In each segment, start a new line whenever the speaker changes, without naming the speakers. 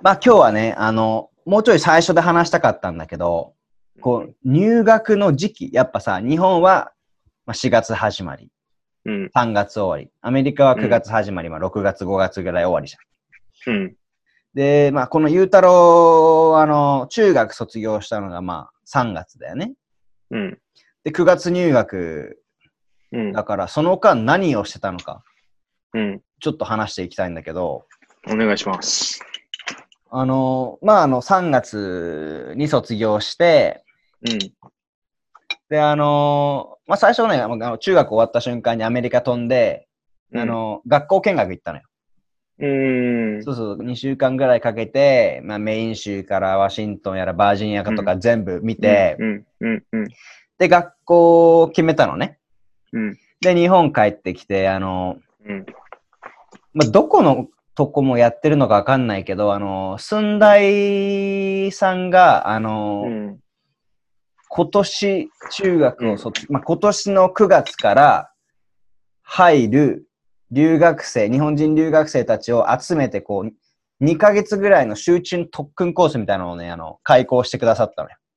まあ今日はね、もうちょい最初で話したかったんだけど、こう、入学の時期、やっぱさ、日本は4月始まり、3月終わり、アメリカは9月始まり、6月、5月ぐらい終わりじゃん。で、まあこのゆうたろう、中学卒業したのが3月だよね。で、9月入学、だからその間何をしてたのか、ちょっと話していきたいんだけど、
お願いします。
3月に卒業して、で、最初ね、中学終わった瞬間にアメリカ飛んで、学校見学行ったのよ。そうそう、2週間ぐらいかけて、メイン州からワシントンやらバージニアとか全部見て、で、学校を決めたのね。で、日本帰ってきて、どこのとこもやってるのかわかんないけど、駿大さんが、今年中学を今年の9月から入る留学生、日本人留学生たちを集めて、こう、2ヶ月ぐらいの集中特訓コースみたいなのをね、開講してくださったのよ。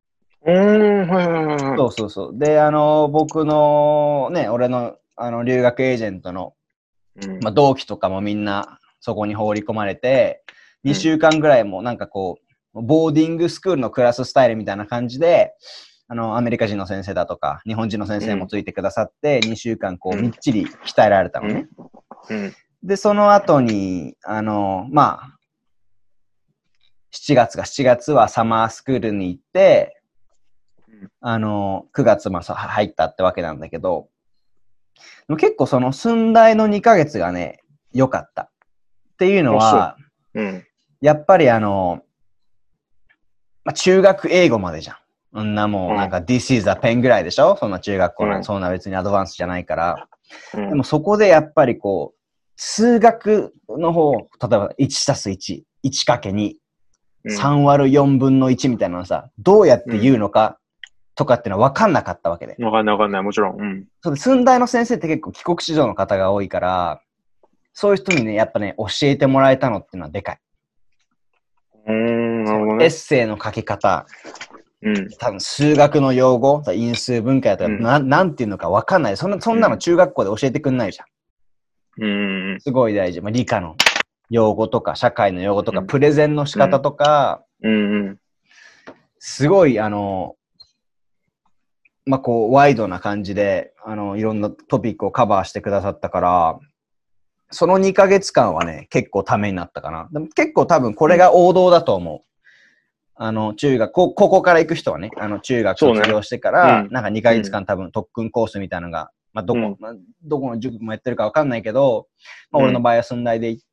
そうそうそう。で、僕のね、俺の、留学エージェントの、同期とかもみんなそこに放り込まれて、2週間ぐらいもなんかこう、ボーディングスクールのクラススタイルみたいな感じで、アメリカ人の先生だとか、日本人の先生もついてくださって、2週間こう、みっちり鍛えられたのね。で、その後に、7月はサマースクールに行って、9月入ったってわけなんだけど、結構その寸大の2ヶ月がね、良かった。っていうのは、やっぱり中学英語までじゃん。もうなんか This is a pen ぐらいでしょ、そんな中学校なんそんな別にアドバンスじゃないから。でもそこでやっぱりこう、数学の方、例えば 1+1、1×2、3割る4分の1みたいなのさ、どうやって言うのかとかっていうのは分かんなかったわけで。
分かんない、もちろん。
そうで、寸大の先生って結構帰国子女の方が多いから、そういう人にね、やっぱね、教えてもらえたのっていうのはでかい。
なるほどね。
エッセイの書き方。多分数学の用語、因数分解とか、なんていうのか分かんない。そんなの中学校で教えてくんないじゃん。すごい大事。理科の用語とか、社会の用語とか、プレゼンの仕方とか、すごい、こう、ワイドな感じで、いろんなトピックをカバーしてくださったから、その2ヶ月間はね、結構ためになったかな。でも結構多分これが王道だと思う。中学、ここから行く人はね、中学卒業してから、なんか2ヶ月間多分特訓コースみたいなのが、どこの塾もやってるかわかんないけど、俺の場合は寸大で行って、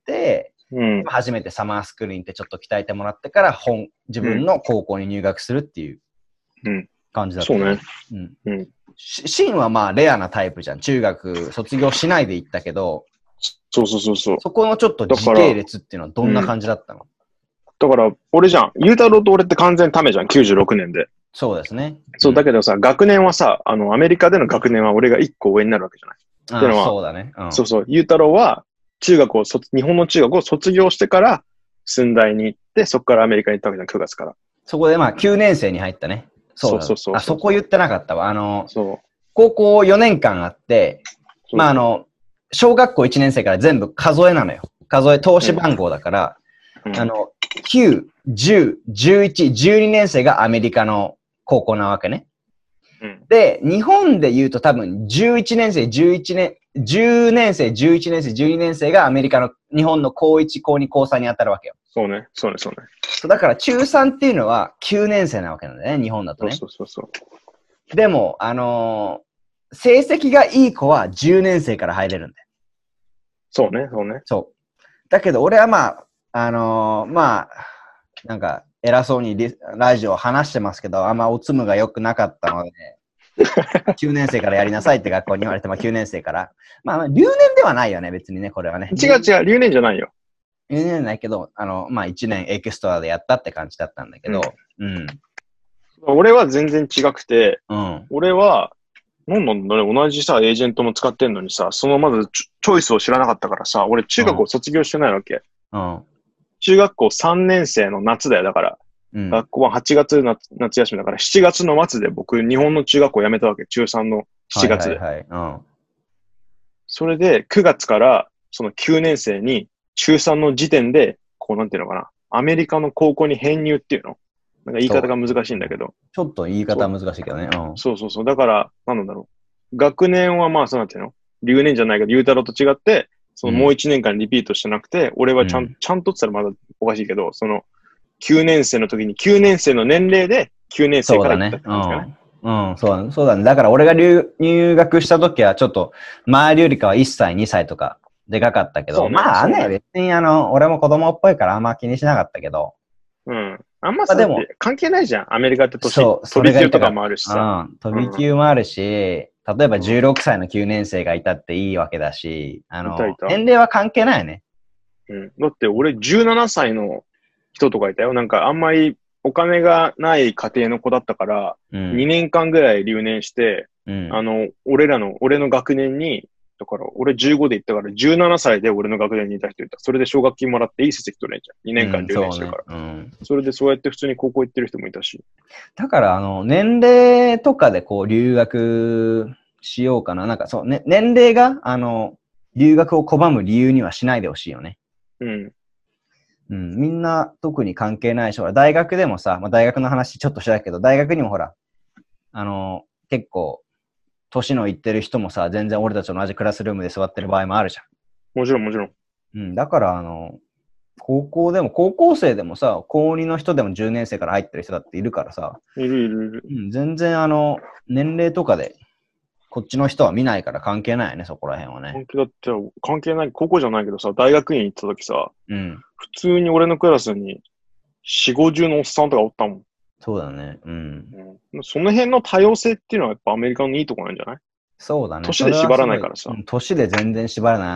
初めてサマースクールに行ってちょっと鍛えてもらってから自分の高校に入学するっていう感じだった。
そうね。
シンはレアなタイプじゃん。中学卒業しないで行ったけど、
そう。
そこのちょっと時系列っていうのはどんな感じだったの？
だから、俺じゃん。ゆうたろうと俺って完全ためじゃん。96年で。
そうですね。
そう、だけどさ、学年はさ、アメリカでの学年は俺が1個上になるわけじゃない。ってのは、
そうだね。
そう。ゆうたろうは、日本の中学を卒業してから、寸大に行って、そこからアメリカに行ったわけじゃん、9月から。
そこで9年生に入ったね。
そう。
そこ言ってなかったわ。高校4年間あって、小学校1年生から全部数えなのよ。投資番号だから、9、10、11、12年生がアメリカの高校なわけね。で、日本で言うと多分11年生、10年生、11年生、12年生がアメリカの日本の高1、高2、高3に当たるわけよ。
そうね。
だから中3っていうのは9年生なわけなんだね、日本だとね。
そう。
でも、成績がいい子は10年生から入れるんだよ。
そうね。
そう。だけど俺はなんか偉そうにラジオを話してますけど、あんまおつむが良くなかったので、9年生からやりなさいって学校に言われて、9年生から。留年ではないよね、別にね、これはね。
違う、留年じゃないよ。
留年じゃないけど、1年エキストラでやったって感じだったんだけど、
俺は全然違くて、俺は、なんだね、同じさ、エージェントも使ってんのにさ、そのまずチョイスを知らなかったからさ、俺中学を卒業してないわけ。 中学校3年生の夏だよ。だから、
うん。
学校は8月夏休みだから、7月の末で僕、日本の中学校辞めたわけ。中3の7月で。
はいはいはい。うん。
それで、9月から、その9年生に、中3の時点で、こう、なんていうのかな。アメリカの高校に編入っていうのなんか言い方が難しいんだけど。
ちょっと言い方難しいけどね。うん。
そうそうそう。だから、なんなんだろう。学年はまあ、そうなんていうの留年じゃないけど、ゆうたろうと違って、そのもう1年間リピートしてなくて、俺はちゃんとって言ったらまだおかしいけど、その、9年生の時に9年生の年齢で9年生から行ったって感じかね。
うん、そうだね。だから俺が入学した時はちょっと、周りよりかは1歳、2歳とかでかかったけど、まあね、別に俺も子供っぽいからあんま気にしなかったけど。
うん。あんまさ、でも関係ないじゃん。アメリカって年。
そう、
飛び級とかもあるしさ。
うん、飛び級もあるし、例えば16歳の9年生がいたっていいわけだし、年齢は関係ないよね。
うん。だって俺17歳の人とかいたよ。なんかあんまりお金がない家庭の子だったから、2年間ぐらい留年して、俺の学年に、だから俺15で行ったから17歳で俺の学年にいた人いた。それで奨学金もらっていい成績取れんじゃん。2年間留年してるから。それでそうやって普通に高校行ってる人もいたし。
だから年齢とかでこう留学しようかな。なんかそう、ね、年齢が留学を拒む理由にはしないでほしいよね。うん。うん、みんな特に関係ないし、ほら、大学でもさ、まあ、大学の話ちょっとしたけど、大学にもほら、結構、年のいってる人もさ、全然俺たちと同じクラスルームで座ってる場合もあるじゃ
ん。もちろんもちろん。
うん、だから高校生でもさ、高2の人でも10年生から入ってる人だっているからさ、
いる。
うん、全然年齢とかで、こっちの人は見ないから関係ないよね、そこら辺はね。
関係ない、高校じゃないけどさ、大学院行った時さ、普通に俺のクラスに4、50のおっさんとかおったもん。
そうだね。
その辺の多様性っていうのはやっぱアメリカのいいところなんじゃない？
そうだね。
年で縛らないからさ。
年で全然縛らない。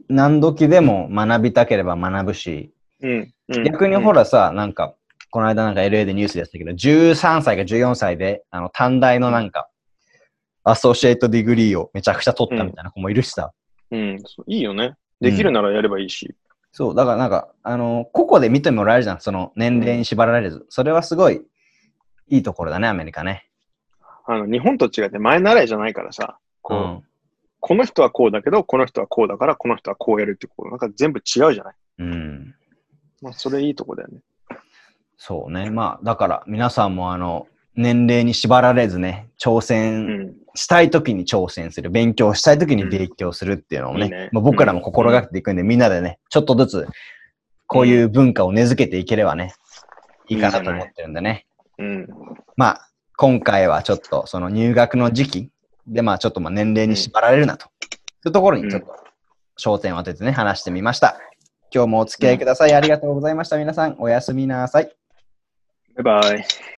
何時でも学びたければ学ぶし、逆にほらさ、なんか、この間なんか LA でニュースでやってたけど、13歳か14歳で、短大のなんか、アソシエイトディグリーをめちゃくちゃ取ったみたいな子もいるしさ。
いいよね。できるならやればいいし。
そう、だからなんか、個々で見てもらえるじゃん、その年齢に縛られず。それはすごいいいところだね、アメリカね。
日本と違って前習いじゃないからさ、この人はこうだけど、この人はこうだから、この人はこうやるってなんか全部違うじゃない。まあ、それいいとこだよね。
そうね。まあ、だから皆さんも年齢に縛られずね、挑戦したいときに挑戦する、勉強したいときに勉強するっていうのをね、僕らも心がけていくんで、みんなでね、ちょっとずつこういう文化を根付けていければね、いいかなと思ってるんでね。まあ、今回はちょっとその入学の時期で、まあちょっと年齢に縛られるなと。そういうところにちょっと焦点を当ててね、話してみました。今日もお付き合いください。ありがとうございました。皆さん、おやすみなさい。
バイバイ。